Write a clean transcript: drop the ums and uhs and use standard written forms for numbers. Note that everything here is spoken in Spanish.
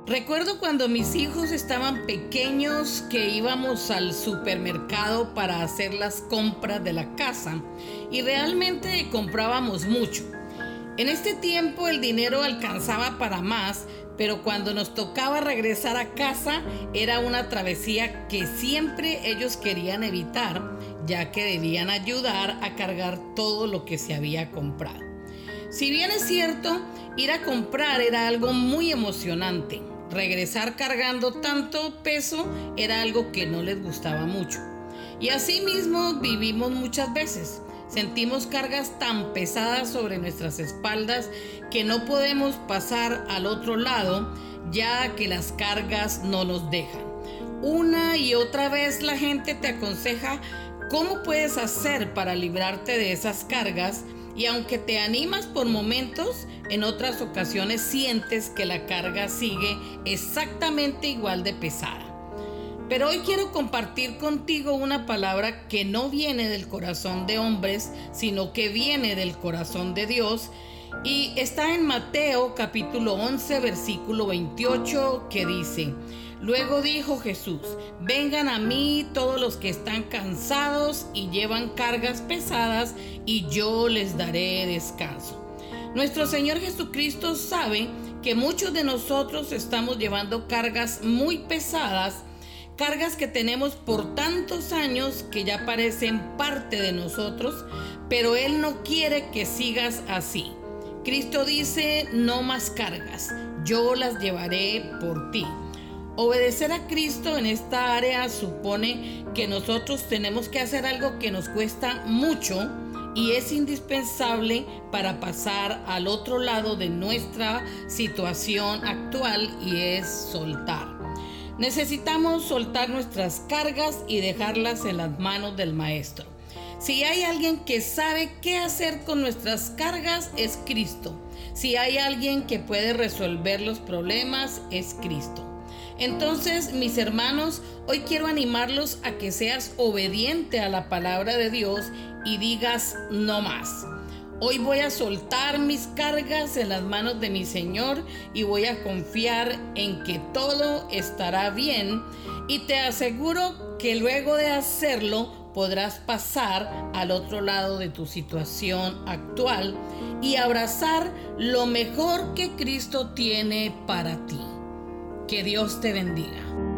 Recuerdo cuando mis hijos estaban pequeños que íbamos al supermercado para hacer las compras de la casa y realmente comprábamos mucho. En este tiempo el dinero alcanzaba para más, pero cuando nos tocaba regresar a casa era una travesía que siempre ellos querían evitar, ya que debían ayudar a cargar todo lo que se había comprado. Si bien es cierto, ir a comprar era algo muy emocionante, regresar cargando tanto peso era algo que no les gustaba mucho. Y así mismo vivimos muchas veces. Sentimos cargas tan pesadas sobre nuestras espaldas que no podemos pasar al otro lado, ya que las cargas no nos dejan. Una y otra vez la gente te aconseja cómo puedes hacer para librarte de esas cargas, y aunque te animas por momentos, en otras ocasiones sientes que la carga sigue exactamente igual de pesada. Pero hoy quiero compartir contigo una palabra que no viene del corazón de hombres, sino que viene del corazón de Dios, y está en Mateo capítulo 11 versículo 28, que dice: Luego dijo Jesús: vengan a mí todos los que están cansados y llevan cargas pesadas, y yo les daré descanso. Nuestro Señor Jesucristo sabe que muchos de nosotros estamos llevando cargas muy pesadas, cargas que tenemos por tantos años que ya parecen parte de nosotros, pero Él no quiere que sigas así. Cristo dice: no más cargas, yo las llevaré por ti. Obedecer a Cristo en esta área supone que nosotros tenemos que hacer algo que nos cuesta mucho y es indispensable para pasar al otro lado de nuestra situación actual, y es soltar. Necesitamos soltar nuestras cargas y dejarlas en las manos del Maestro. Si hay alguien que sabe qué hacer con nuestras cargas, es Cristo. Si hay alguien que puede resolver los problemas, es Cristo. Entonces, mis hermanos, hoy quiero animarlos a que seas obediente a la palabra de Dios y digas: no más. Hoy voy a soltar mis cargas en las manos de mi Señor y voy a confiar en que todo estará bien, y te aseguro que luego de hacerlo podrás pasar al otro lado de tu situación actual y abrazar lo mejor que Cristo tiene para ti. Que Dios te bendiga.